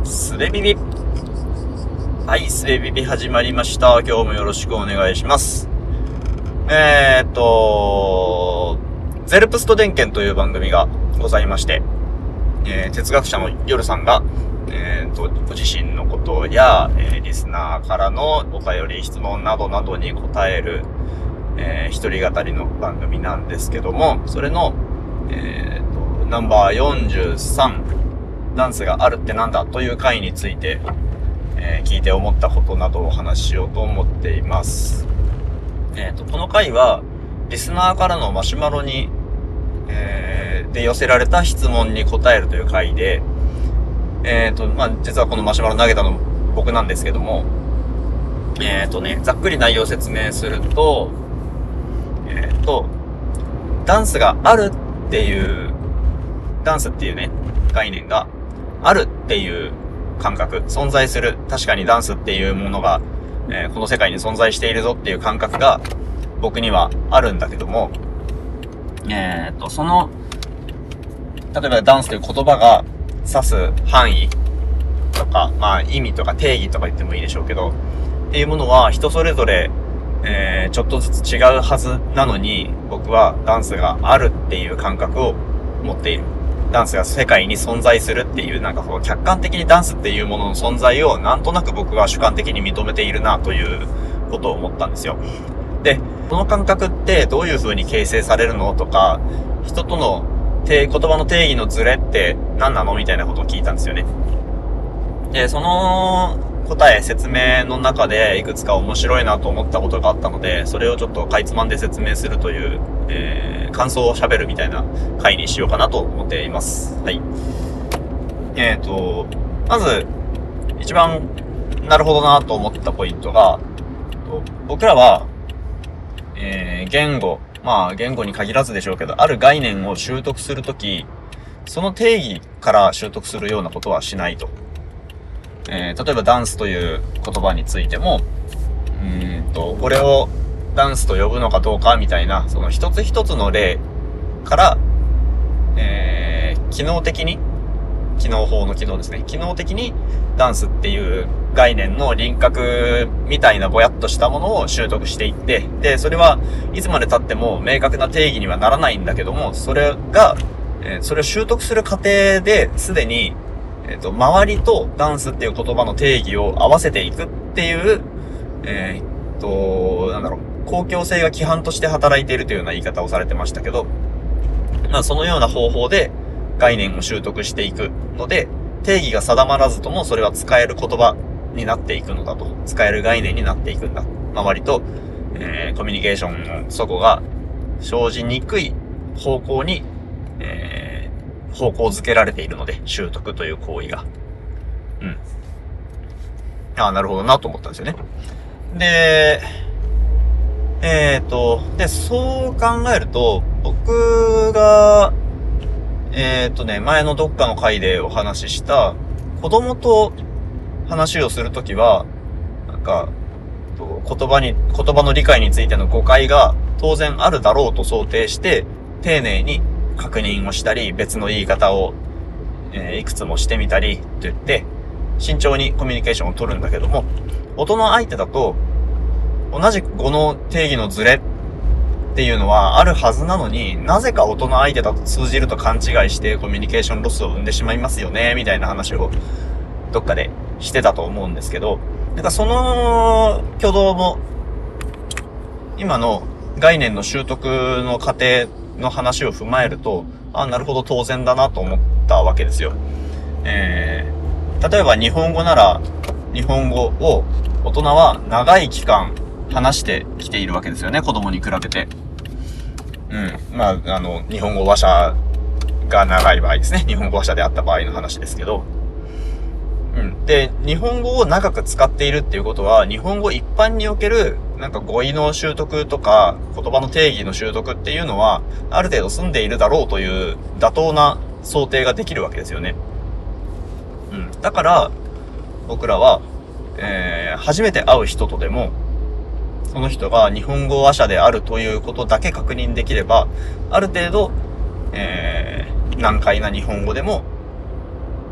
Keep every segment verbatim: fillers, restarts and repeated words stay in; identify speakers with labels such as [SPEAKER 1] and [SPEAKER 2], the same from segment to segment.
[SPEAKER 1] すべビビ。はい、すべビビ始まりました。今日もよろしくお願いします。えーっと、ゼルプスト電源という番組がございまして、えー、哲学者の夜さんが、えーっと、ご自身のことや、えー、リスナーからのお便り、質問などなどに答える、えー、一人語りの番組なんですけども、それの、えーっと、ナンバーよんじゅうさん、ダンスがあるってなんだという回について、えー、聞いて思ったことなどをお話ししようと思っています。えっと、この回は、リスナーからのマシュマロに、えー、で寄せられた質問に答えるという回で、えっと、まあ、実はこのマシュマロ投げたの僕なんですけども、えっとね、ざっくり内容を説明すると、えっと、ダンスがあるっていう、ダンスっていうね、概念があるっていう感覚、存在する、確かにダンスっていうものが、えー、この世界に存在しているぞっていう感覚が僕にはあるんだけども、えー、っと、その、例えばダンスという言葉が指す範囲とか、まあ意味とか定義とか言ってもいいでしょうけど、っていうものは人それぞれ、えー、ちょっとずつ違うはずなのに、僕はダンスがあるっていう感覚を持っている。ダンスが世界に存在するっていう、なんかこう客観的にダンスっていうものの存在をなんとなく僕は主観的に認めているなということを思ったんですよ。で、この感覚ってどういう風に形成されるのとか、人との言葉の定義のズレって何なのみたいなことを聞いたんですよね。で、その答え、説明の中でいくつか面白いなと思ったことがあったので、それをちょっとかいつまんで説明するという、えー、感想を喋るみたいな回にしようかなと思っています。はい。えーと、まず、一番なるほどなと思ったポイントが、僕らは、えー、言語、まあ言語に限らずでしょうけど、ある概念を習得するとき、その定義から習得するようなことはしないと。えー、例えばダンスという言葉についても、うーんと、これをダンスと呼ぶのかどうかみたいな、その一つ一つの例から、えー、機能的に、機能法の機能ですね。機能的にダンスっていう概念の輪郭みたいなぼやっとしたものを習得していって、で、それはいつまで経っても明確な定義にはならないんだけども、それが、えー、それを習得する過程ですでに、えっと、周りとダンスっていう言葉の定義を合わせていくっていう、えー、っと、なんだろう、公共性が規範として働いているというような言い方をされてましたけど、まあそのような方法で概念を習得していくので、定義が定まらずともそれは使える言葉になっていくのだと。使える概念になっていくんだ。周りと、えー、コミュニケーションの底が生じにくい方向に、えー方向づけられているので、習得という行為が。うん。ああ、なるほどなと思ったんですよね。で、えっと、で、そう考えると、僕が、えっとね、前のどっかの回でお話しした、子供と話をするときは、なんか、言葉に、言葉の理解についての誤解が当然あるだろうと想定して、丁寧に確認をしたり、別の言い方を、えー、いくつもしてみたりと言って、慎重にコミュニケーションを取るんだけども、大人相手だと、同じ語の定義のズレっていうのはあるはずなのに、なぜか大人相手だと通じると勘違いしてコミュニケーションロスを生んでしまいますよね、みたいな話をどっかでしてたと思うんですけど、なんかその挙動も、今の概念の習得の過程の話を踏まえると、あ、なるほど当然だなと思ったわけですよ。えー、例えば日本語なら、日本語を大人は長い期間話してきているわけですよね、子供に比べて。うん。まあ、あの、日本語話者が長い場合ですね。日本語話者であった場合の話ですけど。うん。で、日本語を長く使っているっていうことは、日本語一般におけるなんか語彙の習得とか言葉の定義の習得っていうのはある程度済んでいるだろうという妥当な想定ができるわけですよね。うん。だから僕らは、えー、初めて会う人とでもその人が日本語話者であるということだけ確認できれば、ある程度、えー、難解な日本語でも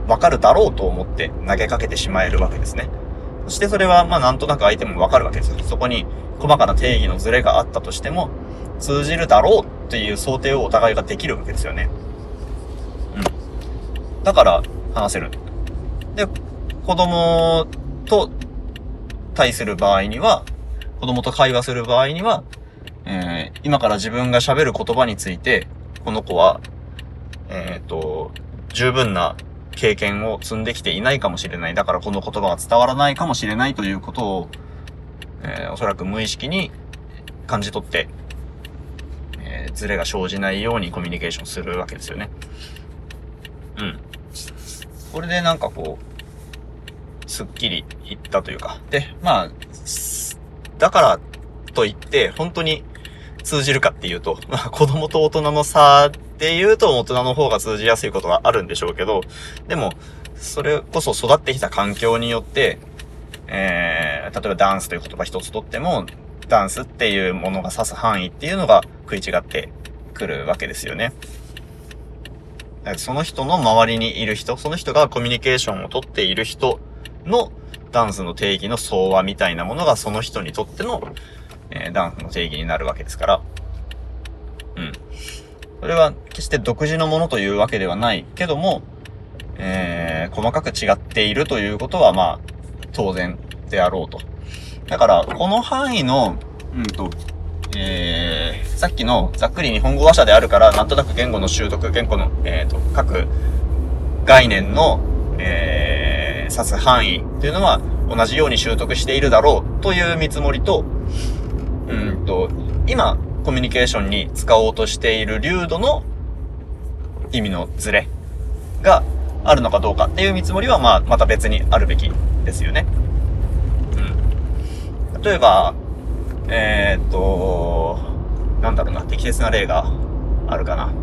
[SPEAKER 1] わかるだろうと思って投げかけてしまえるわけですね。そしてそれはまあなんとなく相手もわかるわけですよ。そこに細かな定義のズレがあったとしても通じるだろうっていう想定をお互いができるわけですよね。うん。だから話せる。で、子供と対する場合には、子供と会話する場合には、えー、今から自分が喋る言葉について、この子は、えっと、十分な経験を積んできていないかもしれない。だからこの言葉が伝わらないかもしれないということを、えー、おそらく無意識に感じ取って、えー、ズレが生じないようにコミュニケーションするわけですよね。うん。これでなんかこう、すっきりいったというか。で、まあ、だからといって、本当に通じるかっていうと、まあ子供と大人の差で言うと大人の方が通じやすいことがあるんでしょうけど、でも、それこそ育ってきた環境によって、えー、例えばダンスという言葉一つとっても、ダンスっていうものが指す範囲っていうのが食い違ってくるわけですよね。その人の周りにいる人、その人がコミュニケーションをとっている人のダンスの定義の相和みたいなものがその人にとっての、えー、ダンスの定義になるわけですから。うん。それは決して独自のものというわけではないけども、えー、細かく違っているということはまあ、当然であろうと。だから、この範囲の、うんと、えー、さっきのざっくり日本語話者であるから、なんとなく言語の習得、言語の、えーと、各概念の、えー、指す範囲っていうのは同じように習得しているだろうという見積もりと、うんと、今、コミュニケーションに使おうとしている流度の意味のズレがあるのかどうかっていう見積もりは、まあ、また別にあるべきですよね。うん。例えば、えーっと、なんだろうな、適切な例があるかな。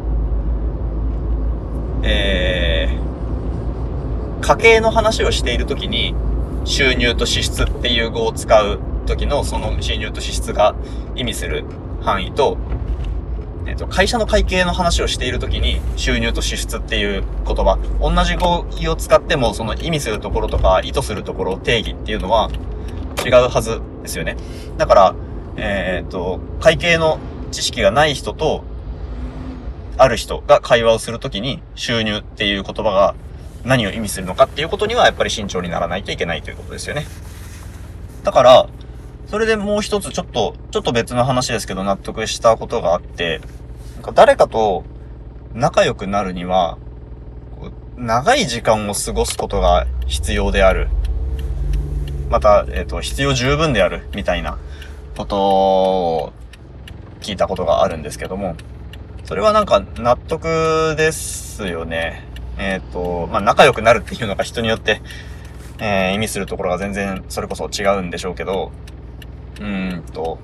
[SPEAKER 1] えー、家計の話をしているときに、収入と支出っていう語を使うときの、その収入と支出が意味する範囲と、えっと、会社の会計の話をしているときに、収入と支出っていう言葉、同じ語彙を使っても、その意味するところとか、意図するところ、定義っていうのは違うはずですよね。だから、えーっと、会計の知識がない人と、ある人が会話をするときに、収入っていう言葉が何を意味するのかっていうことには、やっぱり慎重にならないといけないということですよね。だから、それでもう一つちょっと、ちょっと別の話ですけど納得したことがあって、なんか誰かと仲良くなるには、長い時間を過ごすことが必要である。また、えっと、必要十分である、みたいなことを聞いたことがあるんですけども、それはなんか納得ですよね。えっと、まあ、仲良くなるっていうのが人によって、えー、意味するところが全然それこそ違うんでしょうけど、うーんと、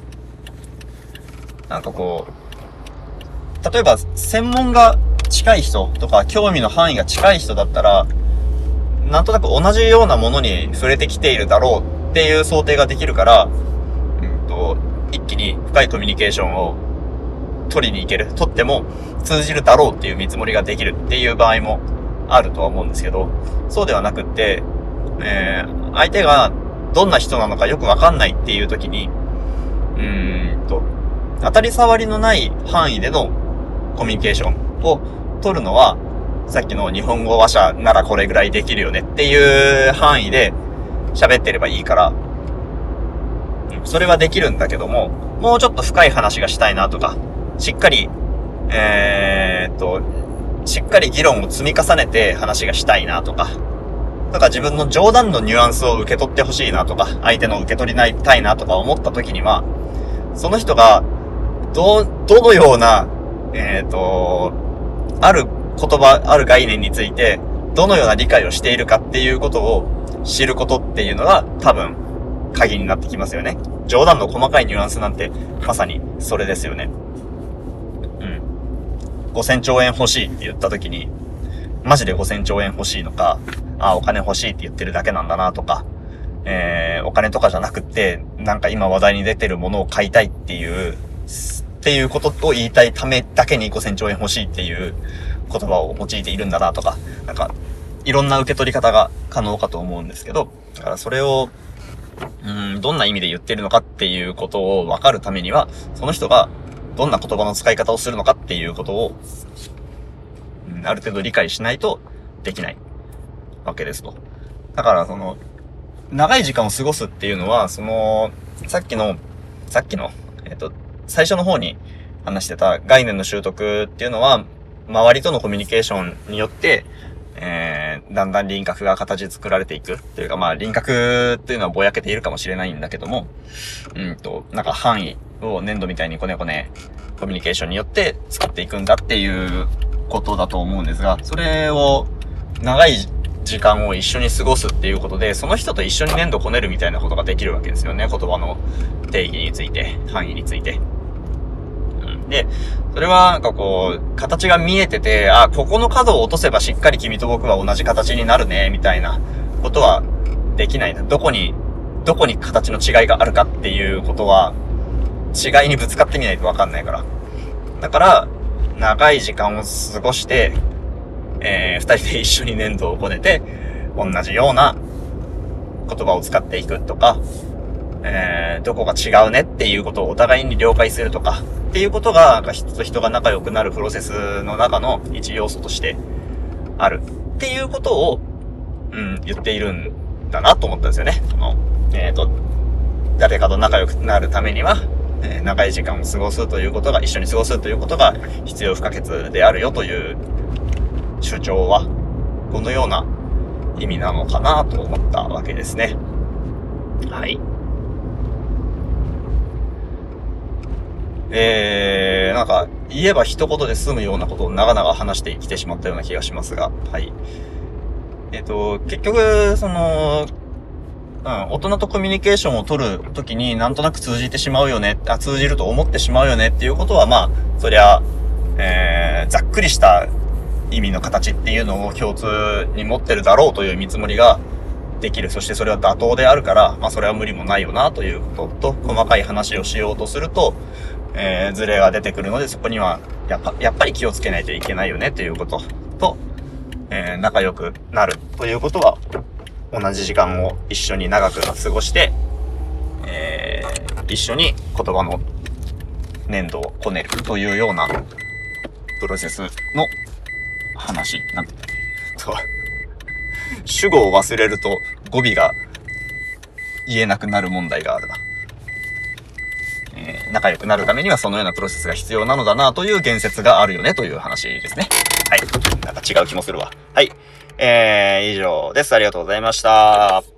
[SPEAKER 1] なんかこう、例えば専門が近い人とか興味の範囲が近い人だったら、なんとなく同じようなものに触れてきているだろうっていう想定ができるから、うんと、一気に深いコミュニケーションを取りに行ける、取っても通じるだろうっていう見積もりができるっていう場合もあるとは思うんですけど、そうではなくって、えー、相手がどんな人なのかよくわかんないっていう時に、うーんと、当たり障りのない範囲でのコミュニケーションを取るのは、さっきの日本語話者ならこれぐらいできるよねっていう範囲で喋ってればいいから、それはできるんだけども、もうちょっと深い話がしたいなとか、しっかり、えーっと、しっかり議論を積み重ねて話がしたいなとか、とか自分の冗談のニュアンスを受け取ってほしいなとか、相手の受け取りたいなとか思った時には、その人が、ど、どのような、えーっと、ある言葉、ある概念について、どのような理解をしているかっていうことを知ることっていうのが多分、鍵になってきますよね。冗談の細かいニュアンスなんて、まさにそれですよね。うん。ごせんちょうえん欲しいって言った時に、マジでごせんちょうえん欲しいのか、あ、お金欲しいって言ってるだけなんだなとか、えー、お金とかじゃなくって、なんか今話題に出てるものを買いたいっていう、っていうことを言いたいためだけにごせんちょうえん欲しいっていう言葉を用いているんだなとか、なんか、 いろんな受け取り方が可能かと思うんですけど、だからそれを、うん、どんな意味で言ってるのかっていうことを分かるためには、その人がどんな言葉の使い方をするのかっていうことを、うん、ある程度理解しないとできないわけですと。だからその、長い時間を過ごすっていうのは、その、さっきの、さっきの、えっと、最初の方に話してた概念の習得っていうのは、周りとのコミュニケーションによって、えー、だんだん輪郭が形作られていくというか、まあ輪郭っていうのはぼやけているかもしれないんだけども、うんと、なんか範囲を粘土みたいにこねこねコミュニケーションによって作っていくんだっていうことだと思うんですが、それを長い時間を一緒に過ごすっていうことで、その人と一緒に粘土こねるみたいなことができるわけですよね。言葉の定義について、範囲について。で、それはなんかこう、形が見えてて、あ、ここの角を落とせばしっかり君と僕は同じ形になるね、みたいなことはできないな。どこに、どこに形の違いがあるかっていうことは、違いにぶつかってみないとわかんないから。だから、長い時間を過ごして、えー、二人で一緒に粘土をこねて、同じような言葉を使っていくとか、えー、どこが違うねっていうことをお互いに了解するとか、っていうことが、なんか人と人が仲良くなるプロセスの中の一要素としてあるっていうことを、うん、言っているんだなと思ったんですよね。その、えっと、誰かと仲良くなるためには、えー、長い時間を過ごすということが、一緒に過ごすということが必要不可欠であるよという主張は、このような意味なのかなと思ったわけですね。はい。えー、なんか、言えば一言で済むようなことを長々話してきてしまったような気がしますが、はい。えっと、結局、その、うん、大人とコミュニケーションを取るときになんとなく通じてしまうよね、あ、通じると思ってしまうよねっていうことは、まあ、そりゃ、えー、ざっくりした意味の形っていうのを共通に持ってるだろうという見積もりができる。そしてそれは妥当であるから、まあそれは無理もないよなということと、細かい話をしようとすると、えー、ズレが出てくるので、そこにはやっぱ、やっぱり気をつけないといけないよねということと、えー、仲良くなるということは、同じ時間を一緒に長く過ごして、えー、一緒に言葉の粘土をこねるというようなプロセスの話なんてと主語を忘れると語尾が言えなくなる問題があるな。えー、仲良くなるためにはそのようなプロセスが必要なのだなという言説があるよねという話ですね。はい。なんか違う気もするわ。はい。えー、以上です。ありがとうございました。